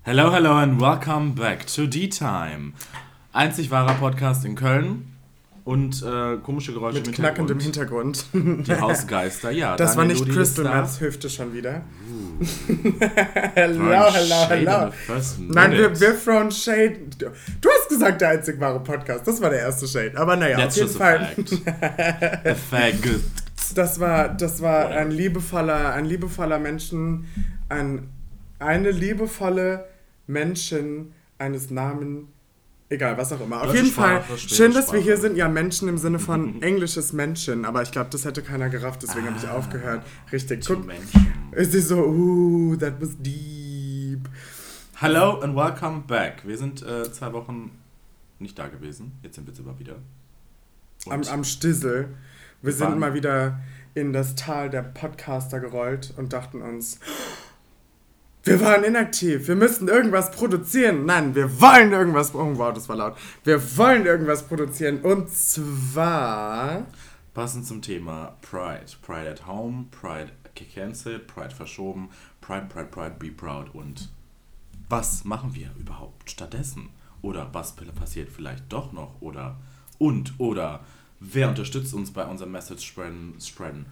Hello, hello and welcome back to D-Time. Einzig wahrer Podcast in Köln und komische Geräusche mit knackendem Hintergrund. Die Hausgeister, ja. Das war nicht Crystal Meths Hüfte schon wieder. Hello. Nein, wir thrown Shade. Du hast gesagt, der einzig wahre Podcast. Das war der erste Shade. Aber naja, That's auf jeden Fall. A fact. Das war ein liebevoller Menschen, eine liebevolle Menschen eines Namen, egal, was auch immer. Auf jeden Fall, schön, dass wir hier sind. Ja, Menschen im Sinne von englisches Menschen, aber ich glaube, das hätte keiner gerafft, deswegen habe ich aufgehört. Richtig, guck. Ist sie so, that was deep. Hello and welcome back. Wir sind 2 Wochen nicht da gewesen. Jetzt sind wir aber wieder. Am Stissel. Wir sind mal wieder in das Tal der Podcaster gerollt und dachten uns, wir waren inaktiv, wir müssten irgendwas produzieren. Nein, wir wollen irgendwas... Oh wow, das war laut. Wir wollen irgendwas produzieren und zwar... Passend zum Thema Pride. Pride at home, Pride gecancelt, Pride verschoben, Pride, be proud. Und was machen wir überhaupt stattdessen? Oder was passiert vielleicht doch noch? Oder wer unterstützt uns bei unserem Message spreaden?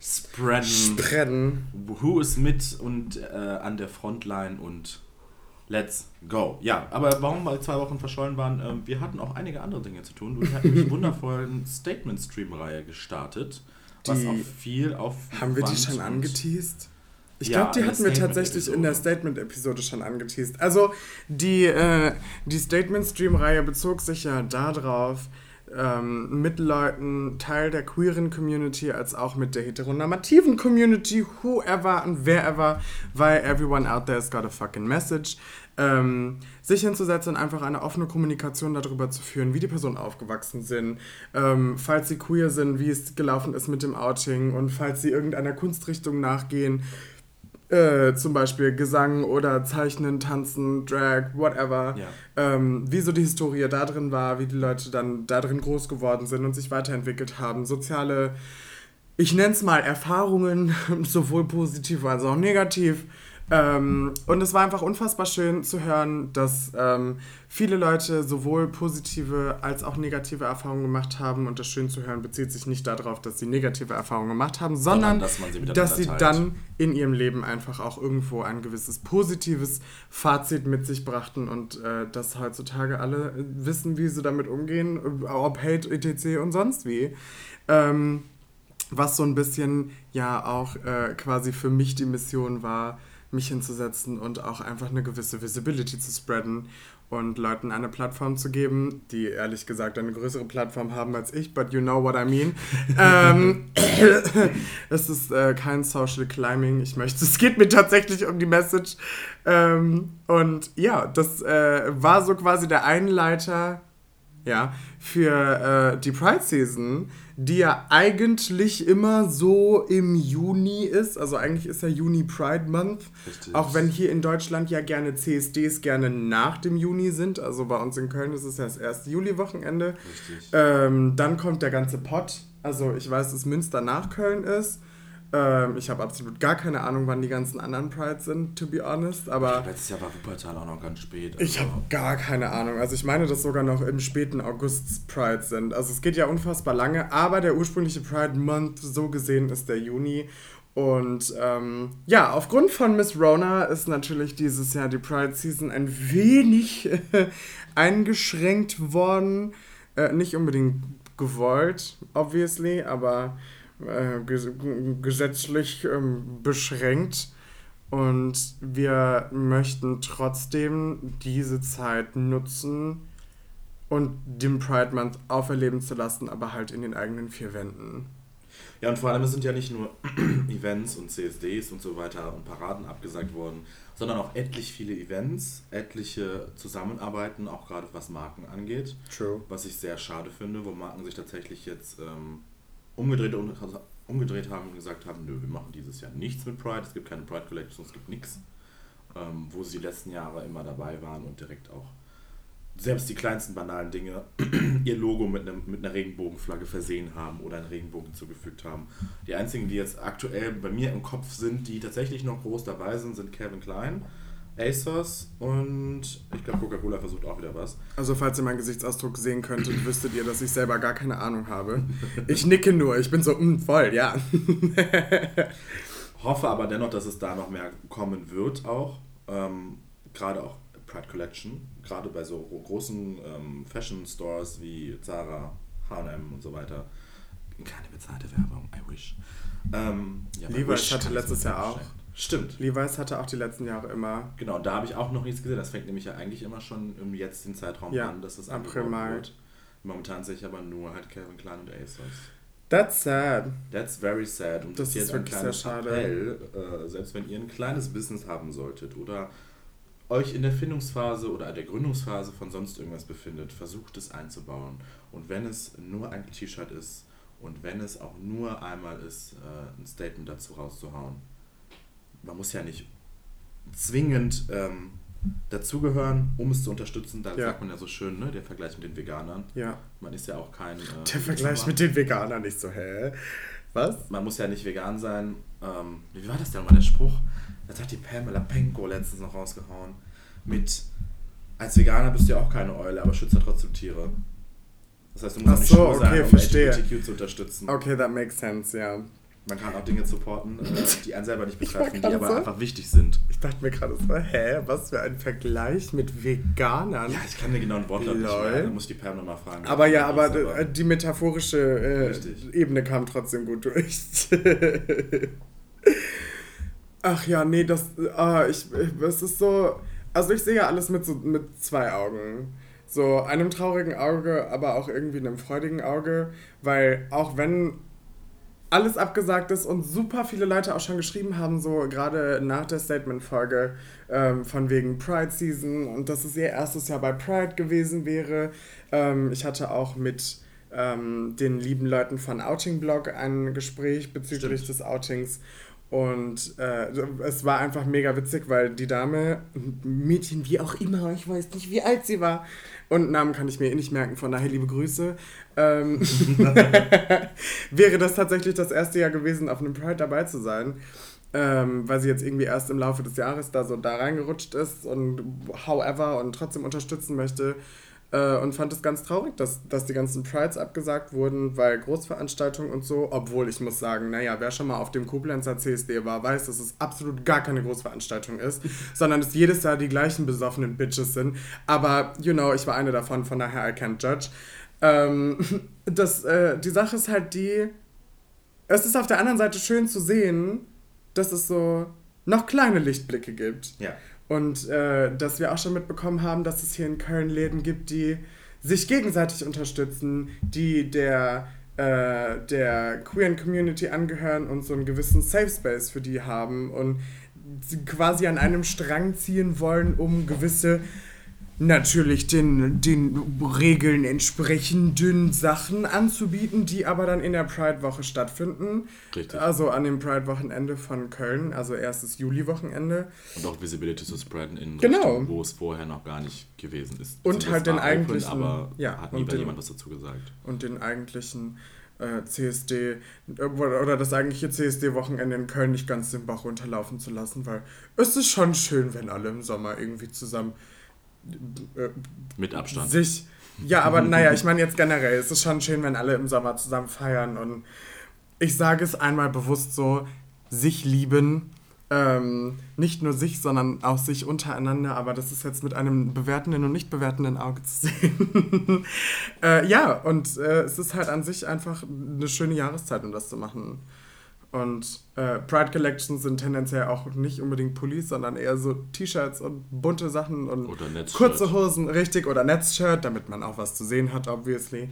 Who ist mit und an der Frontline und let's go. Ja, aber warum wir 2 Wochen verschollen waren, wir hatten auch einige andere Dinge zu tun. Wir hatten nämlich eine wundervolle Statement-Stream-Reihe gestartet, was auch viel auf... Haben wir die schon angeteased? Ich glaube, die hatten wir tatsächlich in der Statement-Episode schon angeteased. Also die Statement-Stream-Reihe bezog sich ja darauf, mit Leuten, Teil der queeren Community, als auch mit der heteronormativen Community, whoever und wherever, weil everyone out there has got a fucking message, sich hinzusetzen und einfach eine offene Kommunikation darüber zu führen, wie die Personen aufgewachsen sind, falls sie queer sind, wie es gelaufen ist mit dem Outing und falls sie irgendeiner Kunstrichtung nachgehen, zum Beispiel Gesang oder Zeichnen, Tanzen, Drag, whatever, wie so die Historie da drin war, wie die Leute dann da drin groß geworden sind und sich weiterentwickelt haben, soziale, ich nenne es mal Erfahrungen, sowohl positiv als auch negativ. Und es war einfach unfassbar schön zu hören, dass viele Leute sowohl positive als auch negative Erfahrungen gemacht haben. Und das schön zu hören bezieht sich nicht darauf, dass sie negative Erfahrungen gemacht haben, sondern dass sie dann in ihrem Leben einfach auch irgendwo ein gewisses positives Fazit mit sich brachten und dass heutzutage alle wissen, wie sie damit umgehen, ob Hate, etc. und sonst wie. Was so ein bisschen ja auch quasi für mich die Mission war, mich hinzusetzen und auch einfach eine gewisse Visibility zu spreaden und Leuten eine Plattform zu geben, die ehrlich gesagt eine größere Plattform haben als ich, but you know what I mean. Es ist kein Social Climbing, es geht mir tatsächlich um die Message. Und ja, das war so quasi der Einleiter für die Pride Season, die ja eigentlich immer so im Juni ist. Also eigentlich ist ja Juni Pride Month. Richtig. Auch wenn hier in Deutschland ja gerne CSDs gerne nach dem Juni sind. Also bei uns in Köln ist es ja das erste Juli-Wochenende. Richtig. Dann kommt der ganze Pott. Also ich weiß, dass Münster nach Köln ist. Ich habe absolut gar keine Ahnung, wann die ganzen anderen Prides sind, to be honest. Aber letztes Jahr war Wuppertal auch noch ganz spät. Also ich habe gar keine Ahnung. Also ich meine, dass sogar noch im späten August Prides sind. Also es geht ja unfassbar lange. Aber der ursprüngliche Pride Month, so gesehen, ist der Juni. Und aufgrund von Miss Rona ist natürlich dieses Jahr die Pride Season ein wenig eingeschränkt worden. Nicht unbedingt gewollt, obviously, aber... gesetzlich beschränkt und wir möchten trotzdem diese Zeit nutzen und den Pride Month auferleben zu lassen, aber halt in den eigenen 4 Wänden. Ja, und vor allem es sind ja nicht nur Events und CSDs und so weiter und Paraden abgesagt worden, sondern auch etlich viele Events, etliche Zusammenarbeiten, auch gerade was Marken angeht. True. Was ich sehr schade finde, wo Marken sich tatsächlich jetzt umgedreht haben und gesagt haben, nö, wir machen dieses Jahr nichts mit Pride, es gibt keine Pride Collection, es gibt nichts, wo sie die letzten Jahre immer dabei waren und direkt auch selbst die kleinsten banalen Dinge ihr Logo mit einer Regenbogenflagge versehen haben oder einen Regenbogen hinzugefügt haben. Die einzigen, die jetzt aktuell bei mir im Kopf sind, die tatsächlich noch groß dabei sind Calvin Klein, ASOS und ich glaube Coca-Cola versucht auch wieder was. Also falls ihr meinen Gesichtsausdruck sehen könntet, wüsstet ihr, dass ich selber gar keine Ahnung habe. Ich nicke nur, ich bin so, voll, ja. Hoffe aber dennoch, dass es da noch mehr kommen wird auch. Gerade auch Pride Collection, gerade bei so großen Fashion Stores wie Zara, H&M und so weiter. Keine bezahlte Werbung, I wish. Ja, Levi's hatte letztes Jahr auch. Stimmt. Levi's hatte auch die letzten Jahre immer. Genau, da habe ich auch noch nichts gesehen. Das fängt nämlich ja eigentlich immer schon im jetzigen Zeitraum an, dass das April, Mai wird. Momentan sehe ich aber nur halt Calvin Klein und ASOS. That's sad. That's very sad. Und das ist wirklich sehr schade. Appell, selbst wenn ihr ein kleines Business haben solltet oder euch in der Findungsphase oder der Gründungsphase von sonst irgendwas befindet, versucht es einzubauen. Und wenn es nur ein T-Shirt ist und wenn es auch nur einmal ist, ein Statement dazu rauszuhauen. Man muss ja nicht zwingend dazugehören, um es zu unterstützen. Da sagt man ja so schön, ne, der Vergleich mit den Veganern. Ja. Man ist ja auch kein... der Vergleich mit den Veganern, nicht so, hä? Was? Man muss ja nicht vegan sein. Wie war das denn mal, der Spruch? Das hat die Pamela Penko letztens noch rausgehauen. Als Veganer bist du ja auch keine Eule, aber schützt ja trotzdem Tiere. Das heißt, du musst auch nicht schwul sein, um LGBTQ zu unterstützen. Okay, that makes sense, ja. Man kann auch Dinge supporten, die einen selber nicht betreffen, die aber einfach wichtig sind. Ich dachte mir gerade so, was für ein Vergleich mit Veganern. Ja, ich kann dir genau ein Wortlaut nicht mehr, da muss ich die Pam nochmal fragen. Aber ja, aber die metaphorische Ebene kam trotzdem gut durch. Ach ja, nee, es ist so, also ich sehe ja alles mit zwei Augen. So einem traurigen Auge, aber auch irgendwie einem freudigen Auge, weil auch wenn alles abgesagt ist und super viele Leute auch schon geschrieben haben, so gerade nach der Statement-Folge von wegen Pride-Season und dass es ihr erstes Jahr bei Pride gewesen wäre. Ich hatte auch mit den lieben Leuten von Outing Blog ein Gespräch bezüglich des Outings und es war einfach mega witzig, weil die Dame, Mädchen wie auch immer, ich weiß nicht, wie alt sie war, und Namen kann ich mir nicht merken, von daher liebe Grüße, wäre das tatsächlich das erste Jahr gewesen, auf einem Pride dabei zu sein, weil sie jetzt irgendwie erst im Laufe des Jahres da reingerutscht ist und however und trotzdem unterstützen möchte. Und fand es ganz traurig, dass die ganzen Prides abgesagt wurden, weil Großveranstaltungen und so, obwohl ich muss sagen, naja, wer schon mal auf dem Koblenzer CSD war, weiß, dass es absolut gar keine Großveranstaltung ist, sondern dass jedes Jahr die gleichen besoffenen Bitches sind. Aber, ich war eine davon, von daher I can't judge. Die Sache ist halt es ist auf der anderen Seite schön zu sehen, dass es so noch kleine Lichtblicke gibt. Ja. Und dass wir auch schon mitbekommen haben, dass es hier in Köln Läden gibt, die sich gegenseitig unterstützen, die der queeren Community angehören und so einen gewissen Safe Space für die haben und sie quasi an einem Strang ziehen wollen, um gewisse, natürlich den Regeln entsprechenden Sachen anzubieten, die aber dann in der Pride-Woche stattfinden. Richtig. Also an dem Pride-Wochenende von Köln, also erstes Juli-Wochenende. Und auch Visibility zu spreaden in genau. Richtung, wo es vorher noch gar nicht gewesen ist. Und halt den eigentlichen... aber hat nie jemand was dazu gesagt. Und den eigentlichen CSD oder das eigentliche CSD-Wochenende in Köln nicht ganz den Bach runterlaufen zu lassen, weil es ist schon schön, wenn alle im Sommer irgendwie zusammen mit Abstand. Ja, aber naja, ich meine jetzt generell, es ist schon schön, wenn alle im Sommer zusammen feiern und ich sage es einmal bewusst so, sich lieben, nicht nur sich, sondern auch sich untereinander, aber das ist jetzt mit einem bewertenden und nicht bewertenden Auge zu sehen. Es ist halt an sich einfach eine schöne Jahreszeit, um das zu machen. Und Pride Collections sind tendenziell auch nicht unbedingt Pullis, sondern eher so T-Shirts und bunte Sachen und kurze Hosen, richtig, oder Netzshirt, damit man auch was zu sehen hat, obviously.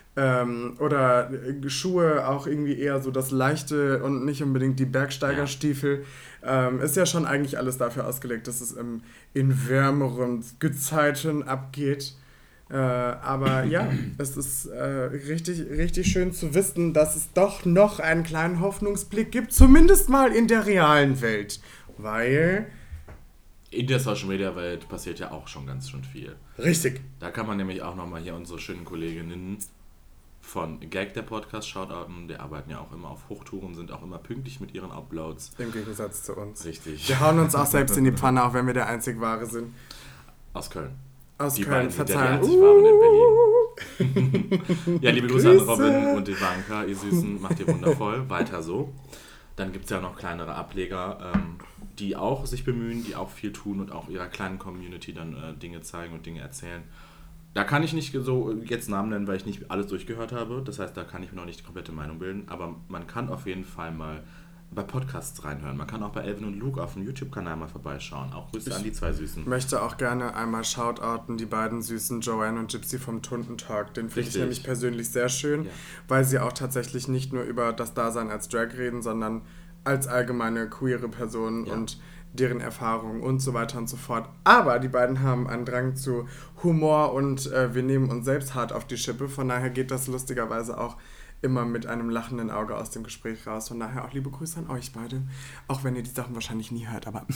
Oder Schuhe, auch irgendwie eher so das Leichte und nicht unbedingt die Bergsteigerstiefel. Ist ja schon eigentlich alles dafür ausgelegt, dass es in wärmeren Gezeiten abgeht. Aber ja, es ist richtig, richtig schön zu wissen, dass es doch noch einen kleinen Hoffnungsblick gibt, zumindest mal in der realen Welt. Weil... in der Social-Media-Welt passiert ja auch schon ganz schön viel. Richtig. Da kann man nämlich auch nochmal hier unsere schönen Kolleginnen von Gag, der Podcast, shoutouten. Die arbeiten ja auch immer auf Hochtouren, sind auch immer pünktlich mit ihren Uploads. Im Gegensatz zu uns. Richtig. Wir hauen uns auch selbst in die Pfanne, auch wenn wir der einzig Wahre sind. Aus Köln. Aus die Köln, verzeihen. Die einzig Waren in Berlin. Ja, liebe Grüße an Robin und Ivanka, ihr Süßen, macht ihr wundervoll. Weiter so. Dann gibt es ja noch kleinere Ableger, die auch sich bemühen, die auch viel tun und auch ihrer kleinen Community dann Dinge zeigen und Dinge erzählen. Da kann ich nicht so jetzt Namen nennen, weil ich nicht alles durchgehört habe. Das heißt, da kann ich mir noch nicht die komplette Meinung bilden. Aber man kann auf jeden Fall mal bei Podcasts reinhören. Man kann auch bei Elvin und Luke auf dem YouTube-Kanal mal vorbeischauen. Auch Grüße an die zwei Süßen. Ich möchte auch gerne einmal shoutouten, die beiden Süßen, Joanne und Gypsy vom Tundentalk. Den finde ich nämlich persönlich sehr schön, weil sie auch tatsächlich nicht nur über das Dasein als Drag reden, sondern als allgemeine queere Personen und deren Erfahrungen und so weiter und so fort. Aber die beiden haben einen Drang zu Humor und wir nehmen uns selbst hart auf die Schippe. Von daher geht das lustigerweise auch immer mit einem lachenden Auge aus dem Gespräch raus. Von daher auch liebe Grüße an euch beide. Auch wenn ihr die Sachen wahrscheinlich nie hört, aber...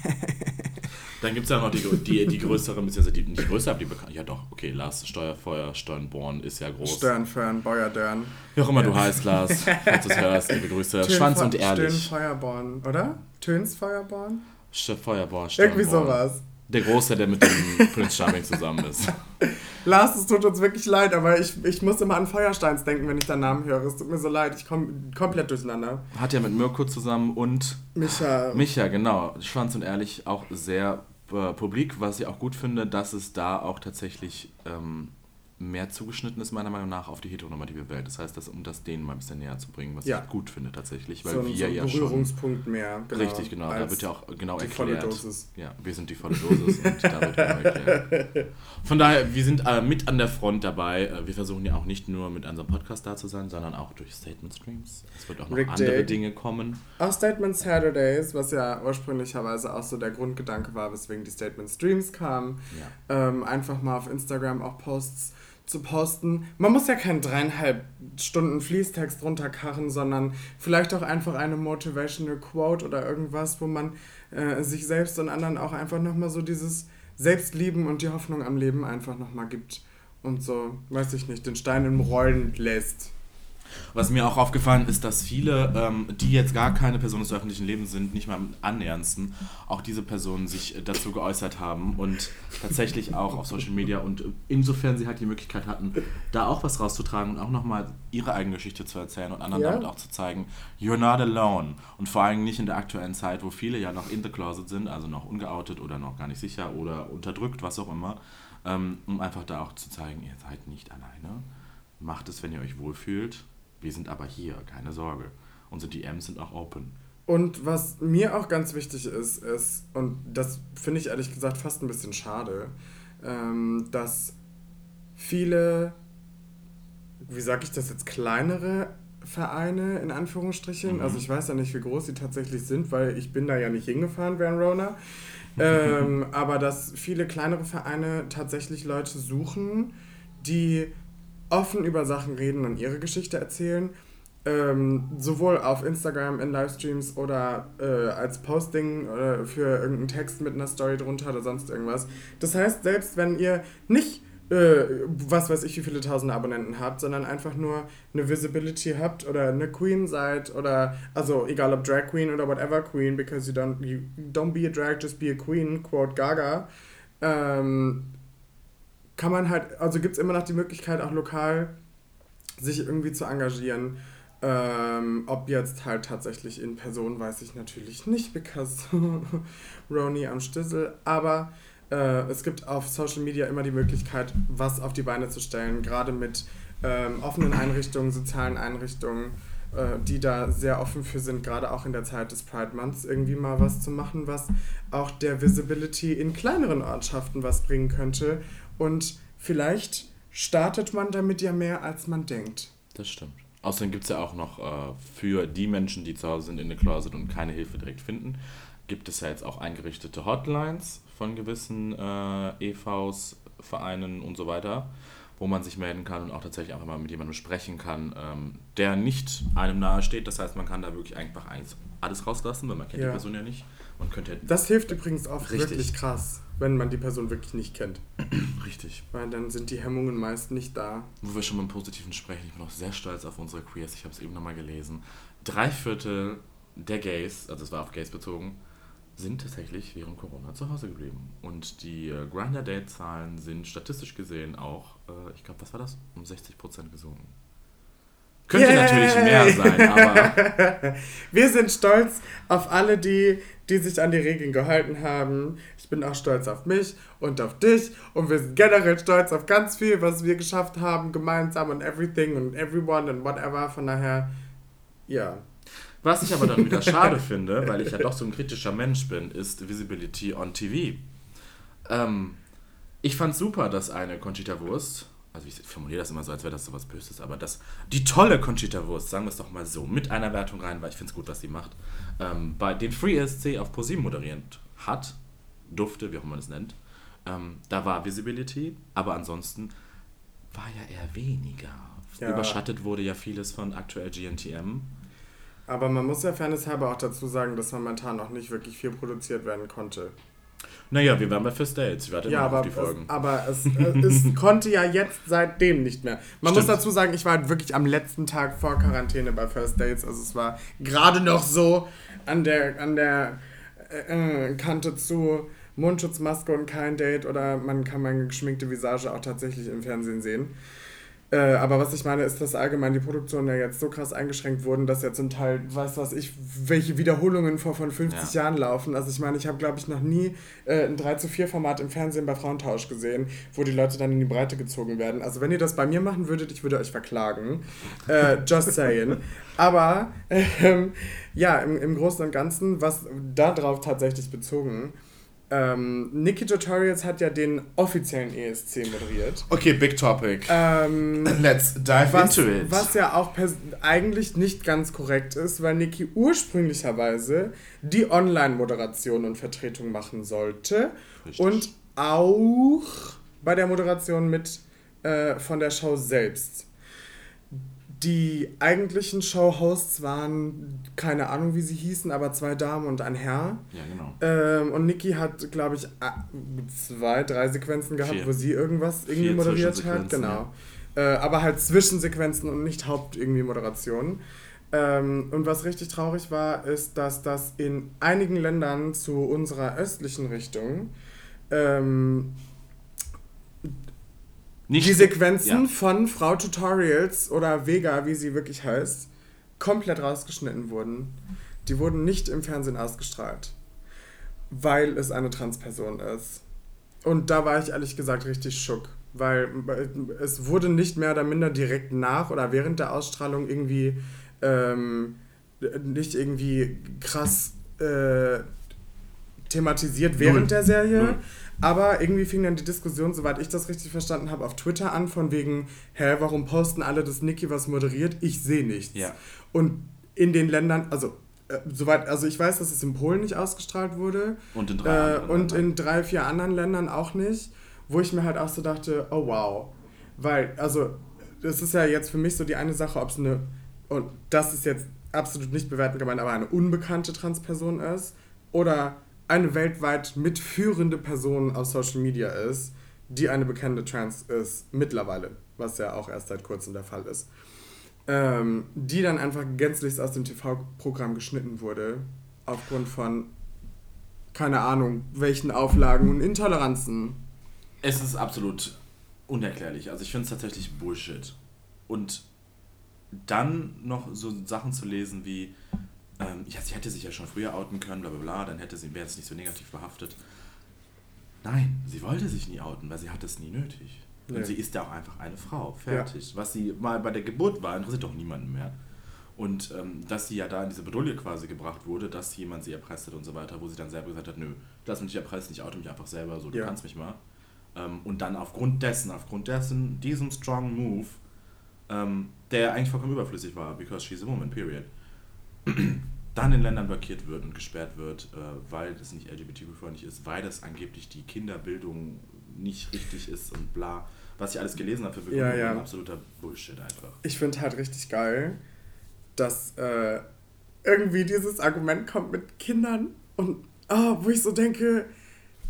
Dann gibt es ja noch die größere, beziehungsweise die nicht größere, aber die bekannte. Ja doch, okay, Lars Steuerfeuer, Steuernborn ist ja groß. Steuernfeuern, Beuerdörn. Wie auch immer du heißt, Lars, falls du es hörst, liebe Grüße. Schwanz und ehrlich. Stöhnfeuerborn, oder? Tönsfeuerborn? Feuerborn, Steuernborn. Irgendwie sowas. Der Große, der mit dem Prinz Charming zusammen ist. Lars, es tut uns wirklich leid, aber ich muss immer an Feuersteins denken, wenn ich deinen Namen höre. Es tut mir so leid, ich komme komplett durcheinander. Hat ja mit Mirko zusammen und Micha, genau. Schwanz und ehrlich auch sehr publik, was ich auch gut finde, dass es da auch tatsächlich mehr zugeschnitten ist, meiner Meinung nach, auf die heteronormative Welt. Das heißt, um das denen mal ein bisschen näher zu bringen, was ich gut finde tatsächlich. Weil so wir ein Berührungspunkt mehr. Genau, richtig, genau. Da wird ja auch genau die erklärt. Volle Dosis. Ja, wir sind die volle Dosis und da wird genau erklärt. Von daher, wir sind mit an der Front dabei. Wir versuchen ja auch nicht nur mit unserem Podcast da zu sein, sondern auch durch Statement Streams. Es wird auch noch andere Dinge kommen. Auch Statement Saturdays, was ja ursprünglicherweise auch so der Grundgedanke war, weswegen die Statement Streams kamen. Ja. Einfach mal auf Instagram auch Posts zu posten. Man muss ja keinen 3,5 Stunden Fließtext runterkarren, sondern vielleicht auch einfach eine Motivational Quote oder irgendwas, wo man sich selbst und anderen auch einfach nochmal so dieses Selbstlieben und die Hoffnung am Leben einfach nochmal gibt und so, weiß ich nicht, den Stein im Rollen lässt. Was mir auch aufgefallen ist, dass viele, die jetzt gar keine Personen des öffentlichen Lebens sind, nicht mal im Annähernsten, auch diese Personen sich dazu geäußert haben und tatsächlich auch auf Social Media und insofern sie halt die Möglichkeit hatten, da auch was rauszutragen und auch nochmal ihre eigene Geschichte zu erzählen und anderen damit auch zu zeigen, you're not alone. Und vor allem nicht in der aktuellen Zeit, wo viele ja noch in the closet sind, also noch ungeoutet oder noch gar nicht sicher oder unterdrückt, was auch immer, um einfach da auch zu zeigen, ihr seid nicht alleine. Macht es, wenn ihr euch wohlfühlt. Wir sind aber hier, keine Sorge. Unsere DMs sind auch open. Und was mir auch ganz wichtig ist, und das finde ich ehrlich gesagt fast ein bisschen schade, dass viele, wie sage ich das jetzt, kleinere Vereine, in Anführungsstrichen, also ich weiß ja nicht, wie groß sie tatsächlich sind, weil ich bin da ja nicht hingefahren während Rona, aber dass viele kleinere Vereine tatsächlich Leute suchen, die offen über Sachen reden und ihre Geschichte erzählen, sowohl auf Instagram in Livestreams oder als Posting für irgendeinen Text mit einer Story drunter oder sonst irgendwas. Das heißt, selbst wenn ihr nicht was weiß ich wie viele tausende Abonnenten habt, sondern einfach nur eine Visibility habt oder eine Queen seid oder, also egal ob Drag Queen oder whatever Queen, because you don't be a drag, just be a queen, quote Gaga, kann man halt, also gibt es immer noch die Möglichkeit, auch lokal sich irgendwie zu engagieren. Ob jetzt halt tatsächlich in Person, weiß ich natürlich nicht, because Roni am Stissel, aber es gibt auf Social Media immer die Möglichkeit, was auf die Beine zu stellen, gerade mit offenen Einrichtungen, sozialen Einrichtungen, die da sehr offen für sind, gerade auch in der Zeit des Pride Months, irgendwie mal was zu machen, was auch der Visibility in kleineren Ortschaften was bringen könnte. Und vielleicht startet man damit ja mehr, als man denkt. Das stimmt. Außerdem gibt es ja auch noch für die Menschen, die zu Hause sind in the Closet und keine Hilfe direkt finden, gibt es ja jetzt auch eingerichtete Hotlines von gewissen EVs, Vereinen und so weiter, wo man sich melden kann und auch tatsächlich einfach mal mit jemandem sprechen kann, der nicht einem nahe steht. Das heißt, man kann da wirklich einfach alles rauslassen, weil man kennt die Person ja nicht. Man könnte das hilft übrigens auch wirklich krass, wenn man die Person wirklich nicht kennt. Richtig. Weil dann sind die Hemmungen meist nicht da. Wo wir schon beim Positiven sprechen, ich bin auch sehr stolz auf unsere Queers, ich habe es eben nochmal gelesen. 3/4 der Gays, also es war auf Gays bezogen, sind tatsächlich während Corona zu Hause geblieben. Und die Grindr-Date-Zahlen sind statistisch gesehen auch, ich glaube, was war das? Um 60% gesunken. Könnte natürlich mehr sein, aber... Wir sind stolz auf alle, die sich an die Regeln gehalten haben. Ich bin auch stolz auf mich und auf dich. Und wir sind generell stolz auf ganz viel, was wir geschafft haben, gemeinsam und everything und everyone and whatever. Von daher, ja. Was ich aber dann wieder schade finde, weil ich ja doch so ein kritischer Mensch bin, ist Visibility on TV. Ich fand super, dass eine Conchita Wurst, also ich formuliere das immer so, als wäre das so was Böses, aber dass die tolle Conchita Wurst, sagen wir es doch mal so, mit einer Wertung rein, weil ich finde es gut, was sie macht, bei den Free ESC auf ProSieben moderiert hat, durfte, wie auch immer man es nennt. Da war Visibility, aber ansonsten war ja eher weniger. Ja. Überschattet wurde ja vieles von aktuell GNTM. Aber man muss ja fairnesshalber auch dazu sagen, dass momentan noch nicht wirklich viel produziert werden konnte. Naja, wir waren bei First Dates, wir hatten ja noch auf die Folgen. Aber es konnte ja jetzt seitdem nicht mehr. Man muss dazu sagen, ich war halt wirklich am letzten Tag vor Quarantäne bei First Dates. Also es war gerade noch so an der Kante zu Mundschutz, Maske und kein Date. Oder man kann meine geschminkte Visage auch tatsächlich im Fernsehen sehen. Aber was ich meine, ist, dass allgemein die Produktionen ja jetzt so krass eingeschränkt wurden, dass jetzt zum Teil, welche Wiederholungen von 50 Jahren laufen. Also ich meine, ich habe, glaube ich, noch nie ein 3:4-Format im Fernsehen bei Frauentausch gesehen, wo die Leute dann in die Breite gezogen werden. Also wenn ihr das bei mir machen würdet, ich würde euch verklagen. Just saying. Aber ja, im Großen und Ganzen, was darauf tatsächlich bezogen... Nikki Tutorials hat ja den offiziellen ESC moderiert. Okay, big topic. Let's dive into it. Was ja auch eigentlich nicht ganz korrekt ist, weil Nikki ursprünglicherweise die Online-Moderation und Vertretung machen sollte. Richtig. Und auch bei der Moderation mit von der Show selbst. Die eigentlichen Show-Hosts waren, keine Ahnung, wie sie hießen, aber 2 Damen und ein Herr. Ja, genau. Und Nikki hat, glaube ich, 2, 3 Sequenzen gehabt, wo sie irgendwas irgendwie moderiert hat. Genau. Ja. Aber halt Zwischensequenzen und nicht Haupt-Moderation. Und was richtig traurig war, ist, dass das in einigen Ländern zu unserer östlichen Richtung die Sequenzen von Frau Tutorials oder Vega, wie sie wirklich heißt, komplett rausgeschnitten wurden. Die wurden nicht im Fernsehen ausgestrahlt, weil es eine Transperson ist. Und da war ich ehrlich gesagt richtig schock, weil es wurde nicht mehr oder minder direkt nach oder während der Ausstrahlung irgendwie nicht irgendwie krass thematisiert während der Serie. Aber irgendwie fing dann die Diskussion, soweit ich das richtig verstanden habe, auf Twitter an, von wegen, warum posten alle, dass Nikki was moderiert? Ich sehe nichts. Ja. Und in den Ländern, also ich weiß, dass es in Polen nicht ausgestrahlt wurde. Und in 3, 4 anderen Ländern auch nicht. Wo ich mir halt auch so dachte, oh wow. Weil, also, das ist ja jetzt für mich so die eine Sache, ob es und das ist jetzt absolut nicht bewertend gemeint, aber eine unbekannte Transperson ist oder eine weltweit mitführende Person auf Social Media ist, die eine bekannte Trans ist, mittlerweile, was ja auch erst seit kurzem der Fall ist, die dann einfach gänzlich aus dem TV-Programm geschnitten wurde, aufgrund von, keine Ahnung, welchen Auflagen und Intoleranzen. Es ist absolut unerklärlich. Also ich finde es tatsächlich Bullshit. Und dann noch so Sachen zu lesen wie sie hätte sich ja schon früher outen können, bla bla bla, dann wäre es nicht so negativ behaftet. Nein, sie wollte sich nie outen, weil sie hat es nie nötig. Und sie ist ja auch einfach eine Frau, fertig. Ja. Was sie mal bei der Geburt war, interessiert doch niemanden mehr. Und dass sie ja da in diese Bredouille quasi gebracht wurde, dass jemand sie erpresst hat und so weiter, wo sie dann selber gesagt hat, nö, lass mich nicht erpressen, ich oute mich einfach selber, so, du kannst mich mal. Und dann aufgrund dessen, diesem strong Move, der eigentlich vollkommen überflüssig war, because she's a woman, period, dann in Ländern blockiert wird und gesperrt wird, weil das nicht LGBTQ-freundlich ist, weil das angeblich die Kinderbildung nicht richtig ist und bla. Was ich alles gelesen habe für Begründung, absoluter Bullshit einfach. Ich finde halt richtig geil, dass irgendwie dieses Argument kommt mit Kindern und wo ich so denke,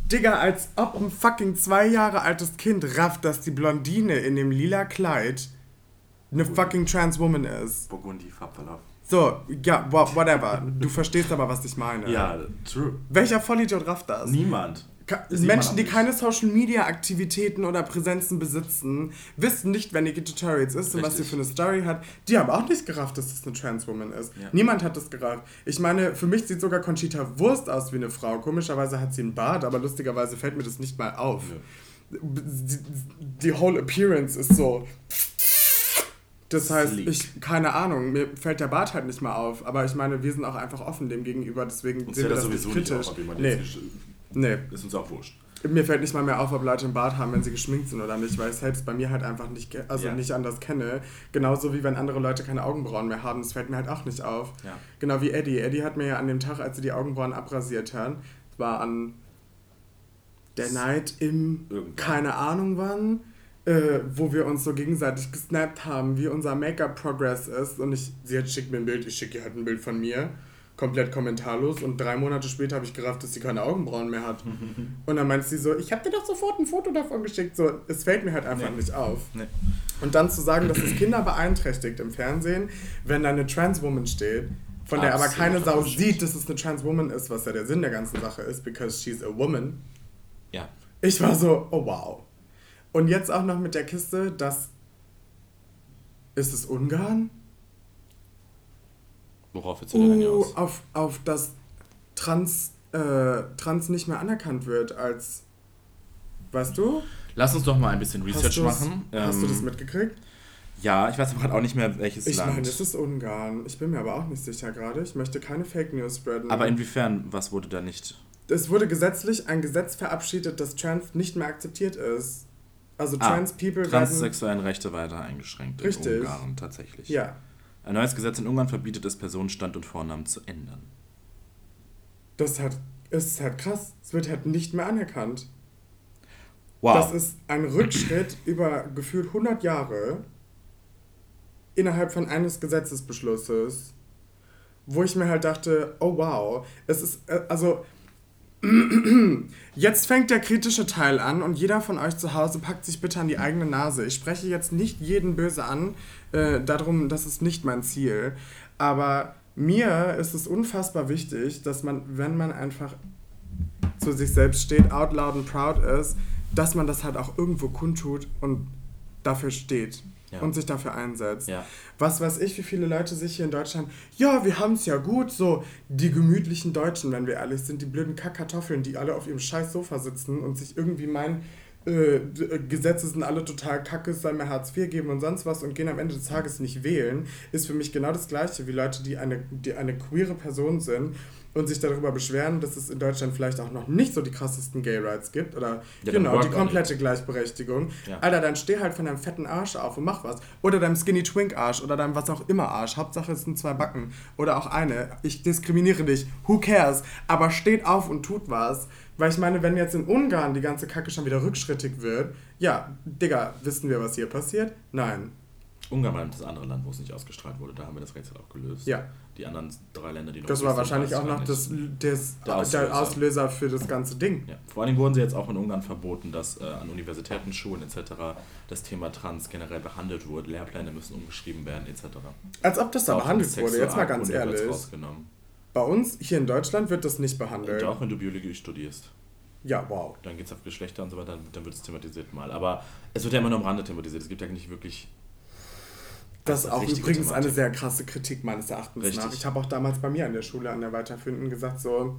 Digga, als ob ein fucking 2 Jahre altes Kind rafft, dass die Blondine in dem lila Kleid eine fucking Transwoman ist. Burgundi, Farbverlauf. So, ja, whatever. Du verstehst aber, was ich meine. Ja, true. Welcher Vollidiot rafft das? Niemand. Menschen, die keine Social-Media-Aktivitäten oder Präsenzen besitzen, wissen nicht, wer Nikita Tutorials ist und was sie für eine Story hat. Die haben auch nicht gerafft, dass das eine Transwoman ist. Ja. Niemand hat das gerafft. Ich meine, für mich sieht sogar Conchita Wurst aus wie eine Frau. Komischerweise hat sie einen Bart, aber lustigerweise fällt mir das nicht mal auf. Ja. Die whole appearance ist so... Das heißt, keine Ahnung, mir fällt der Bart halt nicht mal auf, aber ich meine, wir sind auch einfach offen dem gegenüber, deswegen sehen wir das sowieso nicht kritisch. Nee. Ist uns auch wurscht. Mir fällt nicht mal mehr auf, ob Leute einen Bart haben, wenn sie geschminkt sind oder nicht, weil ich selbst bei mir halt einfach nicht anders kenne. Genauso wie wenn andere Leute keine Augenbrauen mehr haben, das fällt mir halt auch nicht auf. Ja. Genau wie Eddie. Eddie hat mir ja an dem Tag, als sie die Augenbrauen abrasiert hat, das war an der Night im keine Ahnung wann, wo wir uns so gegenseitig gesnappt haben, wie unser Make-up-Progress ist. Und sie schickt mir ein Bild, ich schicke ihr halt ein Bild von mir, komplett kommentarlos. Und 3 Monate später habe ich gerafft, dass sie keine Augenbrauen mehr hat. Und dann meint sie so, ich habe dir doch sofort ein Foto davon geschickt. So, es fällt mir halt einfach nicht auf. Nee. Und dann zu sagen, dass es Kinder beeinträchtigt im Fernsehen, wenn da eine Transwoman steht, von der aber keine Sau sieht, dass es eine Transwoman ist, was ja der Sinn der ganzen Sache ist, because she's a woman. Ja. Ich war so, oh wow. Und jetzt auch noch mit der Kiste, ist es Ungarn? Worauf willst du denn hinaus? Auf das Trans nicht mehr anerkannt wird als, weißt du? Lass uns doch mal ein bisschen Research machen. Hast du das mitgekriegt? Ja, ich weiß aber gerade auch nicht mehr, welches Land. Ich meine, es ist Ungarn. Ich bin mir aber auch nicht sicher gerade. Ich möchte keine Fake News spreaden. Aber inwiefern, was wurde da nicht? Es wurde gesetzlich ein Gesetz verabschiedet, dass Trans nicht mehr akzeptiert ist. Also transsexuellen Rechte weiter eingeschränkt. Richtig. In Ungarn tatsächlich. Ja. Ein neues Gesetz in Ungarn verbietet es, Personen Stand und Vornamen zu ändern. Das ist halt krass. Es wird halt nicht mehr anerkannt. Wow. Das ist ein Rückschritt über gefühlt 100 Jahre innerhalb von eines Gesetzesbeschlusses, wo ich mir halt dachte, oh wow, es ist, jetzt fängt der kritische Teil an und jeder von euch zu Hause packt sich bitte an die eigene Nase. Ich spreche jetzt nicht jeden böse an, darum, das ist nicht mein Ziel. Aber mir ist es unfassbar wichtig, dass man, wenn man einfach zu sich selbst steht, out loud and proud ist, dass man das halt auch irgendwo kundtut und dafür steht. Ja. Und sich dafür einsetzt. Ja. Was weiß ich, wie viele Leute sich hier in Deutschland, ja, wir haben es ja gut, so die gemütlichen Deutschen, wenn wir ehrlich sind, die blöden Kackkartoffeln, die alle auf ihrem scheiß Sofa sitzen und sich irgendwie meinen, Gesetze sind alle total kacke, es soll mir Hartz IV geben und sonst was und gehen am Ende des Tages nicht wählen, ist für mich genau das Gleiche wie Leute, die eine queere Person sind und sich darüber beschweren, dass es in Deutschland vielleicht auch noch nicht so die krassesten Gay Rights gibt oder die komplette Gleichberechtigung. Ja. Alter, dann steh halt von deinem fetten Arsch auf und mach was. Oder deinem Skinny Twink Arsch oder deinem was auch immer Arsch. Hauptsache es sind 2 Backen. Oder auch eine. Ich diskriminiere dich. Who cares? Aber steht auf und tut was. Weil ich meine, wenn jetzt in Ungarn die ganze Kacke schon wieder rückschrittig wird, ja, Digga, wissen wir, was hier passiert? Nein. Ungarn war das andere Land, wo es nicht ausgestrahlt wurde. Da haben wir das Rätsel auch gelöst. Ja. Die anderen 3 Länder, die noch das war wahrscheinlich auch noch der Auslöser für das ganze Ding. Ja. Vor allem wurden sie jetzt auch in Ungarn verboten, dass an Universitäten, Schulen etc. das Thema Trans generell behandelt wurde. Lehrpläne müssen umgeschrieben werden etc. Als ob das da behandelt wurde, jetzt mal ganz ehrlich. Bei uns hier in Deutschland wird das nicht behandelt. Und auch wenn du Biologie studierst. Ja, wow. Dann geht es auf Geschlechter und so weiter, dann wird es thematisiert mal. Aber es wird ja immer nur am Rande thematisiert. Es gibt ja nicht wirklich... Das ist auch übrigens eine sehr krasse Kritik meines Erachtens nach. Ich habe auch damals bei mir an der Schule, an der Weiterführenden gesagt so,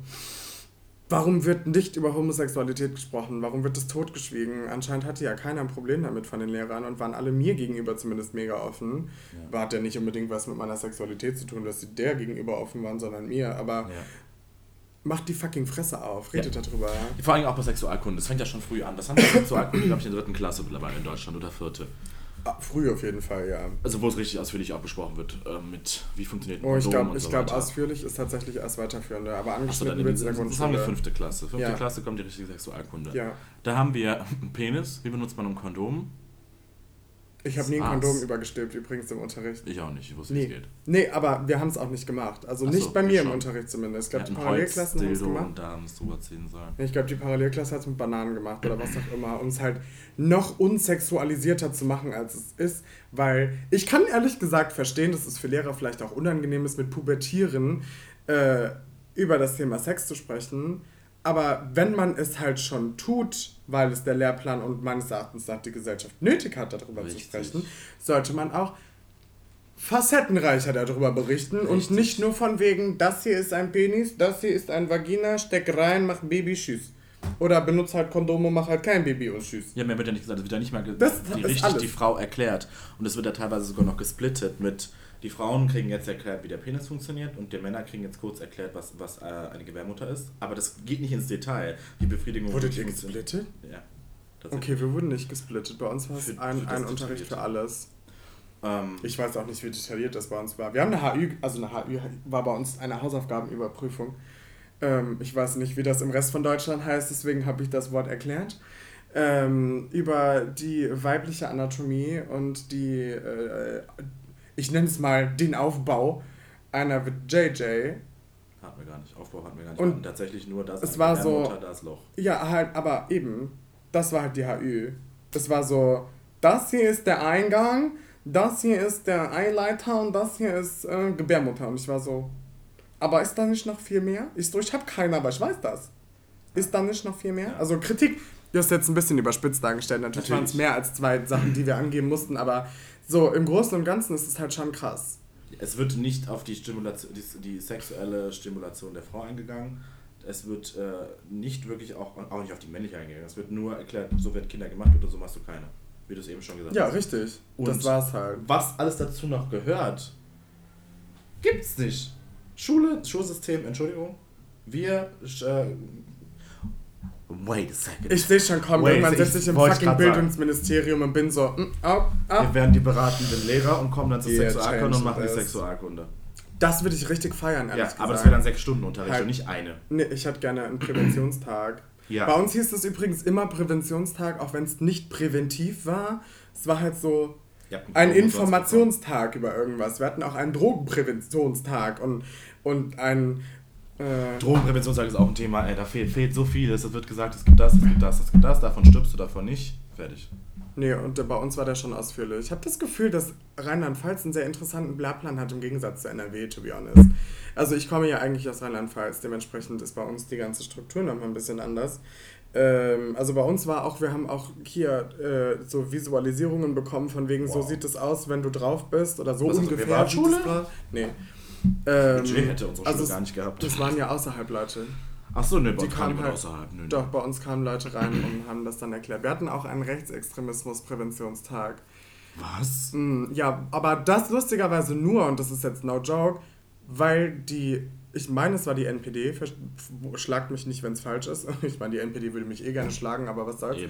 warum wird nicht über Homosexualität gesprochen? Warum wird das totgeschwiegen? Anscheinend hatte ja keiner ein Problem damit von den Lehrern und waren alle mir gegenüber zumindest mega offen. Ja. Hat ja nicht unbedingt was mit meiner Sexualität zu tun, dass sie der gegenüber offen waren, sondern mir. Aber macht die fucking Fresse auf, redet darüber. Ja? Vor allem auch bei Sexualkunde. Das fängt ja schon früh an. Das haben wir Sexualkunde, glaube ich, in der 3. Klasse mittlerweile in Deutschland oder 4. Früh auf jeden Fall, ja. Also wo es richtig ausführlich auch besprochen wird, mit wie funktioniert ein Kondom und so weiter. Ich glaube, ausführlich ist tatsächlich erst weiterführende, aber angeschnitten wird es in der Grundschule. Das haben wir 5. Klasse. 5. Klasse kommt die richtige Sexualkunde. Ja. Da haben wir einen Penis, wie benutzt man ein Kondom? Ich habe nie ein Kondom übergestülpt, übrigens im Unterricht. Ich auch nicht, ich wusste, wie es geht. Nee, aber wir haben es auch nicht gemacht. Also nicht bei mir im Unterricht zumindest. Ich glaube, die Parallelklassen haben es gemacht. Und da haben es drüber ziehen sollen. Ich glaube, die Parallelklasse hat es mit Bananen gemacht oder was auch immer, um es halt noch unsexualisierter zu machen, als es ist. Weil ich kann ehrlich gesagt verstehen, dass es für Lehrer vielleicht auch unangenehm ist, mit Pubertieren über das Thema Sex zu sprechen. Aber wenn man es halt schon tut, weil es der Lehrplan und meines Erachtens nach die Gesellschaft nötig hat, darüber zu sprechen, sollte man auch facettenreicher darüber berichten. Und nicht nur von wegen, das hier ist ein Penis, das hier ist ein Vagina, steck rein, mach Baby, tschüss. Oder benutze halt Kondome, mach halt kein Baby und tschüss. Ja, mir wird ja nicht gesagt, es wird ja nicht mal richtig die Frau erklärt. Und es wird ja teilweise sogar noch gesplittet mit... Die Frauen kriegen jetzt erklärt, wie der Penis funktioniert und die Männer kriegen jetzt kurz erklärt, was eine Gebärmutter ist. Aber das geht nicht ins Detail. Die Befriedigung... Wurdet ihr gesplittet? Ja. Okay, wir wurden nicht gesplittet. Bei uns war es ein Unterricht für alles. Ich weiß auch nicht, wie detailliert das bei uns war. Wir haben eine HÜ, also eine HÜ war bei uns eine Hausaufgabenüberprüfung. Ich weiß nicht, wie das im Rest von Deutschland heißt, deswegen habe ich das Wort erklärt. Über die weibliche Anatomie und die... ich nenne es mal den Aufbau einer JJ. Hatten wir gar nicht. Aufbau hatten wir gar nicht. Und tatsächlich nur das. Es war so. Das Loch. Ja, halt, aber eben. Das war halt die HÜ. Es war so, das hier ist der Eingang, das hier ist der Eileiter und das hier ist Gebärmutter. Und ich war so, aber ist da nicht noch viel mehr? Ich habe keine, aber ich weiß das. Ist da nicht noch viel mehr? Ja. Also Kritik, du hast jetzt ein bisschen überspitzt dargestellt. Natürlich waren es mehr als 2 Sachen, die wir angeben mussten, aber so im Großen und Ganzen ist es halt schon krass. Es wird nicht auf die sexuelle Stimulation der Frau eingegangen. Es wird nicht wirklich auch nicht auf die männliche eingegangen. Es wird nur erklärt, so werden Kinder gemacht oder so machst du keine. Wie du es eben schon gesagt hast. Ja, richtig. Und das war's halt. Was alles dazu noch gehört, gibt's nicht. Schulsystem, Entschuldigung. Wait a second. Ich sehe schon kommen, irgendwann sitze ich im fucking Bildungsministerium und bin so, Wir werden die beratenden Lehrer und kommen dann zur Sexualkunde und machen die Sexualkunde. Das würde ich richtig feiern, ehrlich gesagt. Aber das wäre dann 6 Stunden Unterricht halt, und nicht eine. Nee, ich hätte gerne einen Präventionstag. Ja. Bei uns hieß es übrigens immer Präventionstag, auch wenn es nicht präventiv war. Es war halt so ein Informationstag über irgendwas. Wir hatten auch einen Drogenpräventionstag und ein... Drogenpräventionstag ist auch ein Thema, da fehlt so vieles. Es wird gesagt, es gibt das, davon stirbst du, davon nicht. Fertig. Nee, und bei uns war der schon ausführlich. Ich habe das Gefühl, dass Rheinland-Pfalz einen sehr interessanten Lehrplan hat im Gegensatz zu NRW, to be honest. Also ich komme ja eigentlich aus Rheinland-Pfalz, dementsprechend ist bei uns die ganze Struktur noch mal ein bisschen anders. Also bei uns war auch, wir haben auch hier so Visualisierungen bekommen von wegen, so sieht es aus, wenn du drauf bist oder so ungefähr. Schule? Nee. Budget hätte unsere Schule gar nicht gehabt. Das waren ja außerhalb Leute. Achso, ne, bei uns kamen halt außerhalb. Nö. Doch, bei uns kamen Leute rein und haben das dann erklärt. Wir hatten auch einen Rechtsextremismus-Präventionstag. Was? Ja, aber das lustigerweise nur, und das ist jetzt no joke, weil ich meine, es war die NPD, schlagt mich nicht, wenn es falsch ist. Ich meine, die NPD würde mich gerne schlagen, aber was soll's.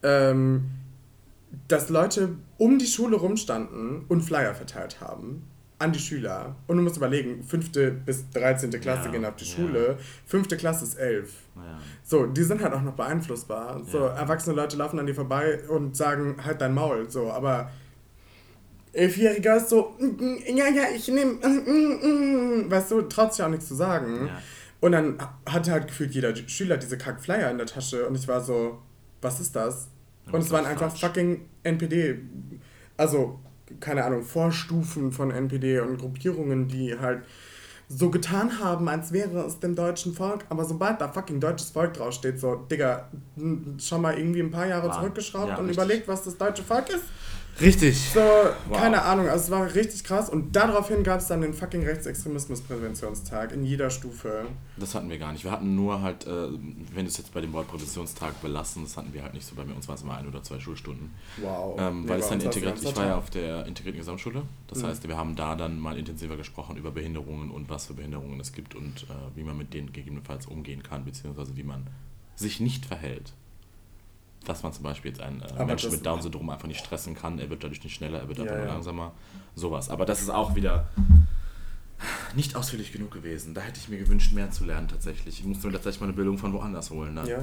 Dass Leute um die Schule rumstanden und Flyer verteilt haben an die Schüler. Und du musst überlegen, 5. bis 13. Klasse gehen auf die Schule, 5. Klasse ist 11. Ja. So, die sind halt auch noch beeinflussbar. So, erwachsene Leute laufen an dir vorbei und sagen, halt dein Maul. So, aber 11-Jähriger ist so, ich nehme, weißt du, traut sich auch nichts zu sagen. Ja. Und dann hatte halt gefühlt jeder Schüler diese Kack-Flyer in der Tasche und ich war so, was ist das? Und es waren einfach fucking NPD, also keine Ahnung, Vorstufen von NPD und Gruppierungen, die halt so getan haben, als wäre es dem deutschen Volk, aber sobald da fucking deutsches Volk draufsteht, so, Digga, schon mal irgendwie ein paar Jahre zurückgeschraubt und überlegt, was das deutsche Volk ist. Richtig. So, keine Ahnung, also es war richtig krass und daraufhin gab es dann den fucking Rechtsextremismus-Präventionstag in jeder Stufe. Das hatten wir gar nicht. Wir hatten nur halt, wenn wir es jetzt bei dem Wort Präventionstag belassen, das hatten wir halt nicht so. Bei uns war es immer 1 oder 2 Schulstunden. Wow. Weil es dann ich war ja auf der integrierten Gesamtschule. Das heißt, wir haben da dann mal intensiver gesprochen über Behinderungen und was für Behinderungen es gibt und wie man mit denen gegebenenfalls umgehen kann, beziehungsweise wie man sich nicht verhält. Dass man zum Beispiel jetzt einen Menschen mit Down-Syndrom einfach nicht stressen kann, er wird dadurch nicht schneller, er wird einfach nur langsamer, sowas. Aber das ist auch wieder nicht ausführlich genug gewesen. Da hätte ich mir gewünscht, mehr zu lernen tatsächlich. Ich musste mir tatsächlich mal eine Bildung von woanders holen. Ne? Ja,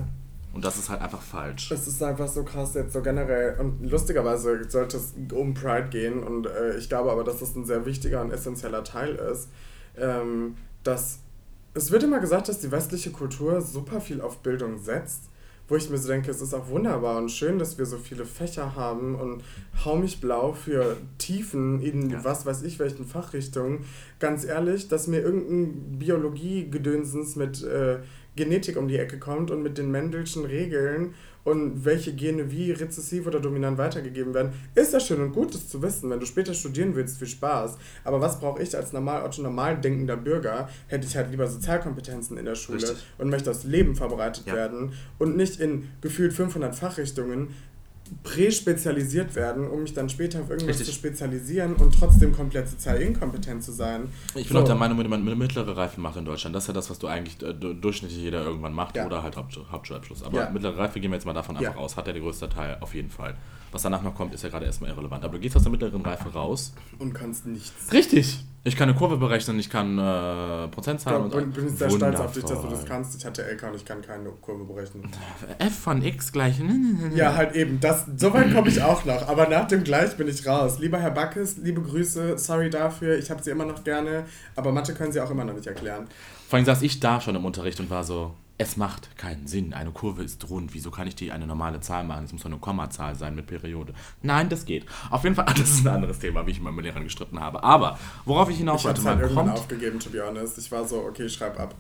Und das ist halt einfach falsch. Es ist einfach so krass jetzt so generell. Und lustigerweise sollte es um Pride gehen. Und ich glaube aber, dass das ein sehr wichtiger und essentieller Teil ist. Dass es wird immer gesagt, dass die westliche Kultur super viel auf Bildung setzt. Wo ich mir so denke, es ist auch wunderbar und schön, dass wir so viele Fächer haben und hau mich blau für Tiefen in was weiß ich welchen Fachrichtungen. Ganz ehrlich, dass mir irgendein Biologie-Gedönsens mit Genetik um die Ecke kommt und mit den Mendelschen Regeln und welche Gene wie rezessiv oder dominant weitergegeben werden, ist ja schön und gut, das zu wissen. Wenn du später studieren willst, viel Spaß. Aber was brauche ich als normal denkender Bürger? Hätte ich halt lieber Sozialkompetenzen in der Schule. Richtig. Und möchte aufs Leben vorbereitet werden und nicht in gefühlt 500 Fachrichtungen präspezialisiert werden, um mich dann später auf irgendwas zu spezialisieren und trotzdem komplett sozial inkompetent zu sein. Ich bin auch der Meinung, wenn man eine mittlere Reife macht in Deutschland, das ist ja das, was du eigentlich durchschnittlich jeder irgendwann macht oder halt Hauptschulabschluss. Aber mittlere Reife gehen wir jetzt mal davon einfach aus, hat ja der größte Teil auf jeden Fall. Was danach noch kommt, ist ja gerade erstmal irrelevant. Aber du gehst aus der mittleren Reife raus. Und kannst nichts. Richtig! Ich kann eine Kurve berechnen, ich kann Prozentzahlen und ich bin sehr stolz auf dich, dass du das kannst. Ich hatte LK und ich kann keine Kurve berechnen. F von x gleich... Ja, halt eben. So weit komme ich auch noch. Aber nach dem Gleich bin ich raus. Lieber Herr Backes, liebe Grüße. Sorry dafür. Ich habe Sie immer noch gerne. Aber Mathe können Sie auch immer noch nicht erklären. Vor allem saß ich da schon im Unterricht und war so... Es macht keinen Sinn. Eine Kurve ist rund. Wieso kann ich die eine normale Zahl machen? Es muss doch eine Kommazahl sein mit Periode. Nein, das geht. Auf jeden Fall, das ist ein anderes Thema, wie ich mit meinen Lehrern gestritten habe. Aber, worauf ich hinaus wollte, man kommt... Ich habe irgendwann aufgegeben, to be honest. Ich war so, okay, ich schreibe ab.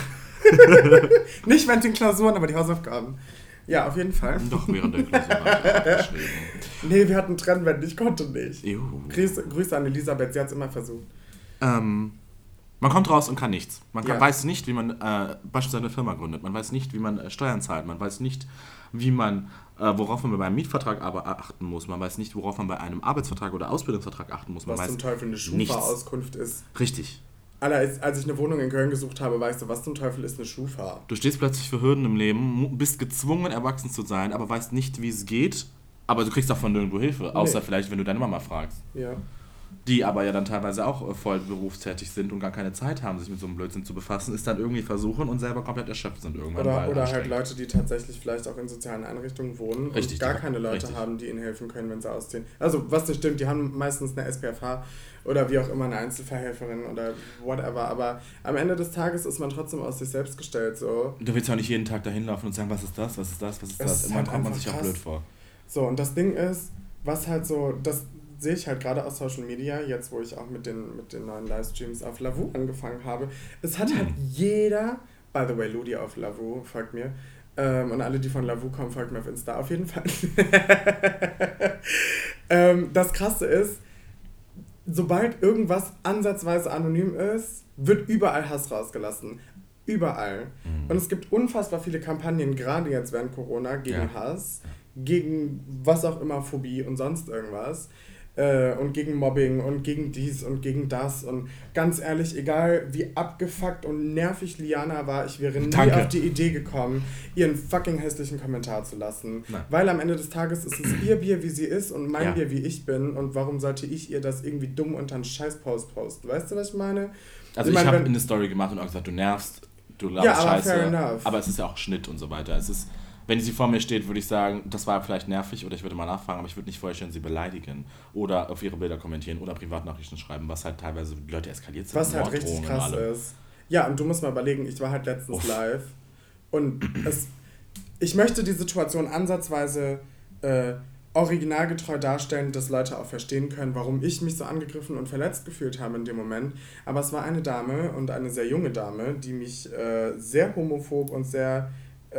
Nicht während den Klausuren, aber die Hausaufgaben. Ja, auf jeden Fall. Doch, während der Klausur habe ich abgeschrieben. Nee, wir hatten Trennwände, ich konnte nicht. Grüße an Elisabeth, sie hat es immer versucht. Man kommt raus und kann nichts. Man weiß nicht, wie man beispielsweise eine Firma gründet. Man weiß nicht, wie man Steuern zahlt. Man weiß nicht, wie man, worauf man bei einem Mietvertrag aber achten muss. Man weiß nicht, worauf man bei einem Arbeitsvertrag oder Ausbildungsvertrag achten muss. Man was weiß zum Teufel eine Schufa-Auskunft ist. Richtig. Als ich eine Wohnung in Köln gesucht habe, weißt du, was zum Teufel ist eine Schufa? Du stehst plötzlich für Hürden im Leben, bist gezwungen, erwachsen zu sein, aber weißt nicht, wie es geht. Aber du kriegst davon nirgendwo Hilfe. Außer vielleicht, wenn du deine Mama fragst. Ja. Die aber ja dann teilweise auch voll berufstätig sind und gar keine Zeit haben, sich mit so einem Blödsinn zu befassen, ist dann irgendwie versuchen und selber komplett erschöpft sind irgendwann. Oder halt Leute, die tatsächlich vielleicht auch in sozialen Einrichtungen wohnen und gar keine Leute haben, die ihnen helfen können, wenn sie ausziehen. Also, was nicht stimmt, die haben meistens eine SPFH oder wie auch immer eine Einzelverhelferin oder whatever, aber am Ende des Tages ist man trotzdem aus sich selbst gestellt. So. Du willst ja auch nicht jeden Tag dahin laufen und sagen, was ist das, was ist das, was ist das? Irgendwann kommt man sich auch blöd vor. So, und das Ding ist, was halt so, das sehe ich halt gerade aus Social Media, jetzt wo ich auch mit den neuen Livestreams auf Lavu angefangen habe. Es hat halt jeder, by the way, Ludi auf Lavu folgt mir, und alle, die von Lavu kommen, folgt mir auf Insta auf jeden Fall. Das Krasse ist, sobald irgendwas ansatzweise anonym ist, wird überall Hass rausgelassen. Überall. Und es gibt unfassbar viele Kampagnen, gerade jetzt während Corona, gegen Hass, gegen was auch immer, Phobie und sonst irgendwas. Und gegen Mobbing und gegen dies und gegen das. Und ganz ehrlich, egal wie abgefuckt und nervig Liana war, ich wäre nie auf die Idee gekommen, ihren fucking hässlichen Kommentar zu lassen. Nein. Weil am Ende des Tages ist es ihr Bier, wie sie ist und mein Bier, wie ich bin. Und warum sollte ich ihr das irgendwie dumm unter einen Scheiß-Post posten? Weißt du, was ich meine? Also ich habe eine Story gemacht und auch gesagt, du nervst, du laberst Scheiße. Aber es ist ja auch Schnitt und so weiter. Es ist... Wenn sie vor mir steht, würde ich sagen, das war vielleicht nervig oder ich würde mal nachfragen, aber ich würde nicht vorher schon sie beleidigen oder auf ihre Bilder kommentieren oder Privatnachrichten schreiben, was halt teilweise die Leute eskaliert sind. Was halt richtig krass ist. Ja, und du musst mal überlegen, ich war halt letztens live und ich möchte die Situation ansatzweise originalgetreu darstellen, dass Leute auch verstehen können, warum ich mich so angegriffen und verletzt gefühlt habe in dem Moment. Aber es war eine Dame und eine sehr junge Dame, die mich sehr homophob und sehr...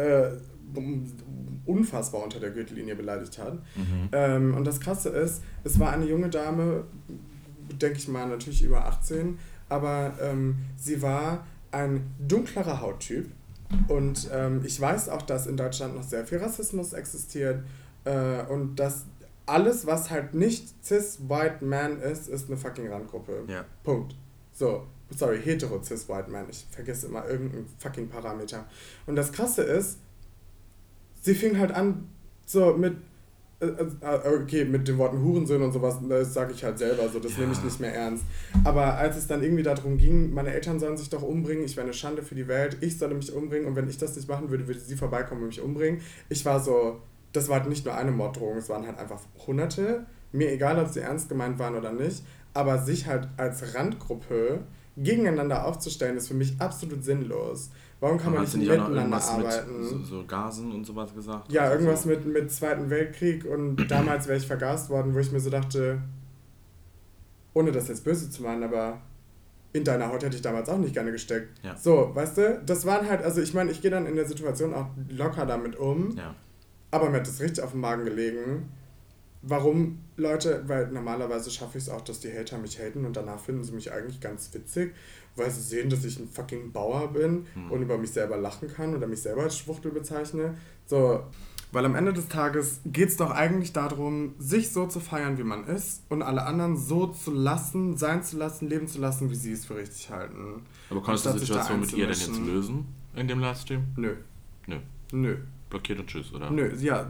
unfassbar unter der Gürtellinie beleidigt hat. Und das Krasse ist, es war eine junge Dame, denke ich mal natürlich über 18, aber sie war ein dunklerer Hauttyp und ich weiß auch, dass in Deutschland noch sehr viel Rassismus existiert und dass alles, was halt nicht cis-white man ist eine fucking Randgruppe. Ja. Punkt. So. Sorry, hetero-cis-white man. Ich vergesse immer irgendeinen fucking Parameter. Und das Krasse ist, sie fing halt an, so mit okay, mit den Worten Hurensohn und sowas, das sage ich halt selber, so, das nehme ich nicht mehr ernst. Aber als es dann irgendwie darum ging, meine Eltern sollen sich doch umbringen, ich wäre eine Schande für die Welt, ich solle mich umbringen und wenn ich das nicht machen würde, würde sie vorbeikommen und mich umbringen. Ich war so, das war halt nicht nur eine Morddrohung, es waren halt einfach Hunderte. Mir egal, ob sie ernst gemeint waren oder nicht, aber sich halt als Randgruppe gegeneinander aufzustellen, ist für mich absolut sinnlos. Warum kann man nicht miteinander arbeiten? Mit so Gasen und sowas gesagt? Ja, irgendwas mit Zweiten Weltkrieg und damals wäre ich vergast worden, wo ich mir so dachte, ohne das jetzt böse zu meinen, aber in deiner Haut hätte ich damals auch nicht gerne gesteckt. Ja. So, weißt du, das waren halt, also ich meine, ich gehe dann in der Situation auch locker damit um, aber mir hat das richtig auf den Magen gelegen. Warum Leute, weil normalerweise schaffe ich es auch, dass die Hater mich haten und danach finden sie mich eigentlich ganz witzig, weil sie sehen, dass ich ein fucking Bauer bin und über mich selber lachen kann oder mich selber als Schwuchtel bezeichne. So, weil am Ende des Tages geht es doch eigentlich darum, sich so zu feiern, wie man ist und alle anderen so zu lassen, sein zu lassen, leben zu lassen, wie sie es für richtig halten. Aber konntest du die Situation mit ihr denn jetzt lösen in dem Livestream? Nö. Blockiert und tschüss, oder? Nö, ja,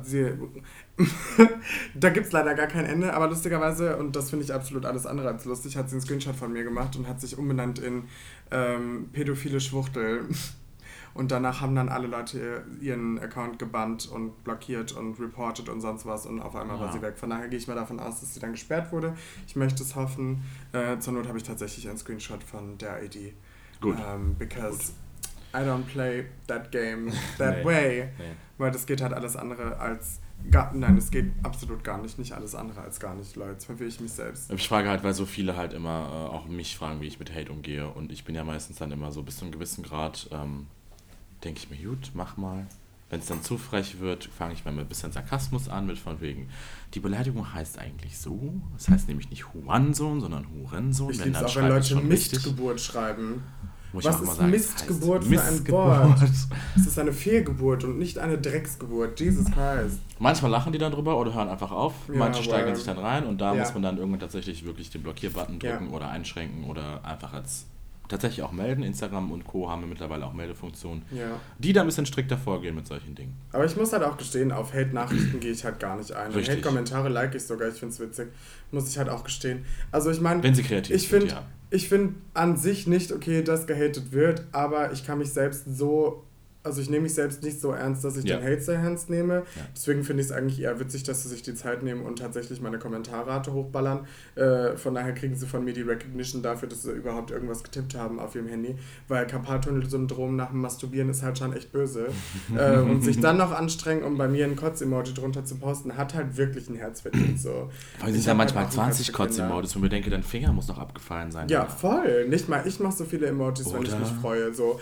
da gibt's leider gar kein Ende, aber lustigerweise, und das finde ich absolut alles andere als lustig, hat sie einen Screenshot von mir gemacht und hat sich umbenannt in pädophile Schwuchtel. Und danach haben dann alle Leute ihren Account gebannt und blockiert und reportet und sonst was und auf einmal war sie weg. Von daher gehe ich mal davon aus, dass sie dann gesperrt wurde. Ich möchte es hoffen. Zur Not habe ich tatsächlich einen Screenshot von der ID. Gut. Because I don't play that game that way. Nee. Weil das geht halt alles andere als... Nein, es geht absolut gar nicht. Nicht alles andere als gar nicht, Leute. Jetzt verwirre ich mich selbst. Ich frage halt, weil so viele halt immer auch mich fragen, wie ich mit Hate umgehe. Und ich bin ja meistens dann immer so bis zu einem gewissen Grad, denke ich mir, gut, mach mal. Wenn es dann zu frech wird, fange ich mal mit ein bisschen Sarkasmus an, mit von wegen, die Beleidigung heißt eigentlich so. Das heißt nämlich nicht Hurensohn, sondern Hurensohn. Ich liebe es auch, wenn Leute Mistgeburt schreiben. Was ist sagen, Mistgeburt für ein Wort? Es ist eine Fehlgeburt und nicht eine Drecksgeburt. Jesus Christ. Manchmal lachen die dann drüber oder hören einfach auf. Ja, manche steigern sich dann rein und da muss man dann irgendwann tatsächlich wirklich den Blockierbutton drücken oder einschränken oder einfach als tatsächlich auch melden. Instagram und Co. haben wir mittlerweile auch Meldefunktionen, die da ein bisschen strikter vorgehen mit solchen Dingen. Aber ich muss halt auch gestehen, auf Hate-Nachrichten gehe ich halt gar nicht ein. Hate-Kommentare like ich sogar, ich finde es witzig. Muss ich halt auch gestehen. Also ich meine... Wenn sie kreativ sind, Ich finde an sich nicht okay, dass gehatet wird, aber ich kann mich selbst so... Also ich nehme mich selbst nicht so ernst, dass ich den Hate sehr ernst nehme. Ja. Deswegen finde ich es eigentlich eher witzig, dass sie sich die Zeit nehmen und tatsächlich meine Kommentarrate hochballern. Von daher kriegen sie von mir die Recognition dafür, dass sie überhaupt irgendwas getippt haben auf ihrem Handy. Weil Karpaltunnel-Syndrom nach dem Masturbieren ist halt schon echt böse. Und sich dann noch anstrengen, um bei mir ein Kotz-Emoji drunter zu posten, hat halt wirklich ein Herz verdient. So. Weil es sind ja manchmal 20 Kotz-Emojis, wo mir denke, dein Finger muss noch abgefallen sein. Ja, voll. Nicht mal ich mache so viele Emojis, wenn ich mich freue. So.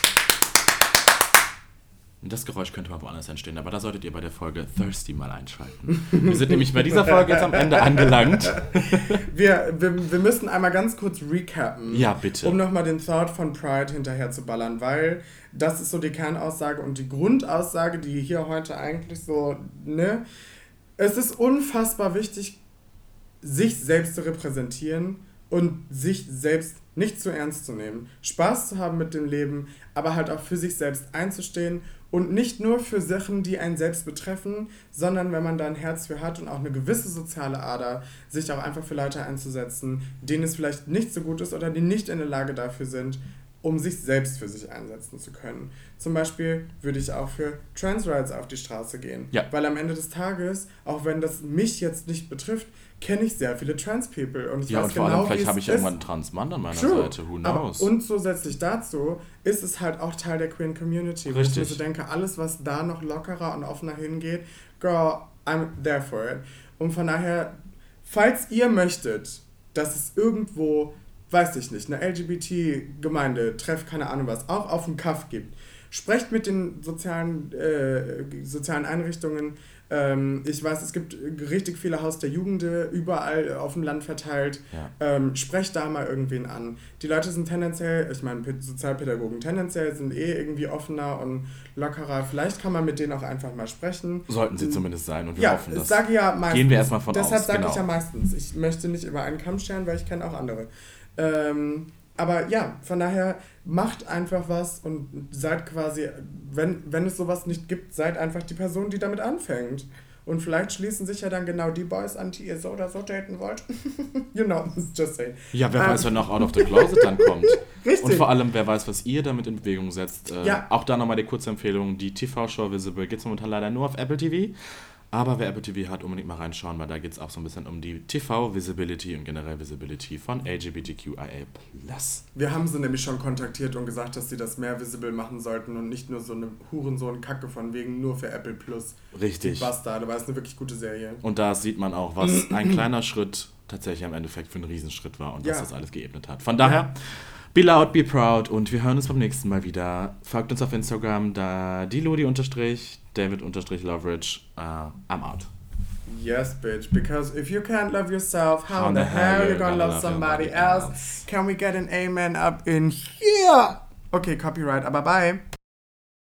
Und das Geräusch könnte mal woanders entstehen, aber da solltet ihr bei der Folge Thirsty mal einschalten. Wir sind nämlich bei dieser Folge jetzt am Ende angelangt. Wir müssen einmal ganz kurz recappen. Ja, bitte. Um nochmal den Thought von Pride hinterher zu ballern, weil das ist so die Kernaussage und die Grundaussage, die hier heute eigentlich so, ne? Es ist unfassbar wichtig, sich selbst zu repräsentieren und sich selbst nicht zu ernst zu nehmen. Spaß zu haben mit dem Leben, aber halt auch für sich selbst einzustehen und nicht nur für Sachen, die einen selbst betreffen, sondern wenn man da ein Herz für hat und auch eine gewisse soziale Ader, sich auch einfach für Leute einzusetzen, denen es vielleicht nicht so gut ist oder die nicht in der Lage dafür sind, um sich selbst für sich einsetzen zu können. Zum Beispiel würde ich auch für Trans-Rights auf die Straße gehen. Ja. Weil am Ende des Tages, auch wenn das mich jetzt nicht betrifft, kenne ich sehr viele Trans-People. Und ich weiß und vor allem, vielleicht habe ich irgendwann einen Trans-Mann an meiner Seite, who knows. Und zusätzlich dazu ist es halt auch Teil der Queer Community. Richtig. Wo ich mir so denke, alles, was da noch lockerer und offener hingeht, girl, I'm there for it. Und von daher, falls ihr möchtet, dass es irgendwo, weiß ich nicht, eine LGBT-Gemeinde, Treff, keine Ahnung was, auch auf dem Kaff gibt, sprecht mit den sozialen Einrichtungen. Ich weiß, es gibt richtig viele Haus der Jugend überall auf dem Land verteilt. Ja. Sprecht da mal irgendwen an. Die Leute sind tendenziell, ich meine Sozialpädagogen tendenziell sind irgendwie offener und lockerer. Vielleicht kann man mit denen auch einfach mal sprechen. Sollten sie zumindest sein und wir hoffen, das sage ja meistens. Gehen wir erstmal von aus. Deshalb sage ich ja meistens. Ich möchte nicht über einen Kamm scheren, weil ich kenne auch andere. Aber ja, von daher macht einfach was und seid quasi, wenn es sowas nicht gibt, seid einfach die Person, die damit anfängt. Und vielleicht schließen sich ja dann genau die Boys an, die ihr so oder so daten wollt. You know, just saying. Ja, wer weiß, wer noch out of the closet dann kommt. Richtig. Und vor allem, wer weiß, was ihr damit in Bewegung setzt. Auch da nochmal die kurze Empfehlung, die TV-Show Visible gibt es momentan leider nur auf Apple TV. Aber wer Apple TV hat, unbedingt mal reinschauen, weil da geht es auch so ein bisschen um die TV-Visibility und generell Visibility von LGBTQIA+. Wir haben sie nämlich schon kontaktiert und gesagt, dass sie das mehr visible machen sollten und nicht nur so eine Hurensohn-Kacke von wegen nur für Apple Plus. Richtig. Die Bastarde, weil es eine wirklich gute Serie. Und da sieht man auch, was ein kleiner Schritt tatsächlich am Endeffekt für einen Riesenschritt war und was das alles geebnet hat. Von daher, be loud, be proud und wir hören uns beim nächsten Mal wieder. Folgt uns auf Instagram, da die Ludi_David_Loveridge. I'm out. Yes, bitch. Because if you can't love yourself, how in the hell you gonna love somebody else? Can we get an amen up in here? Okay, copyright, aber bye.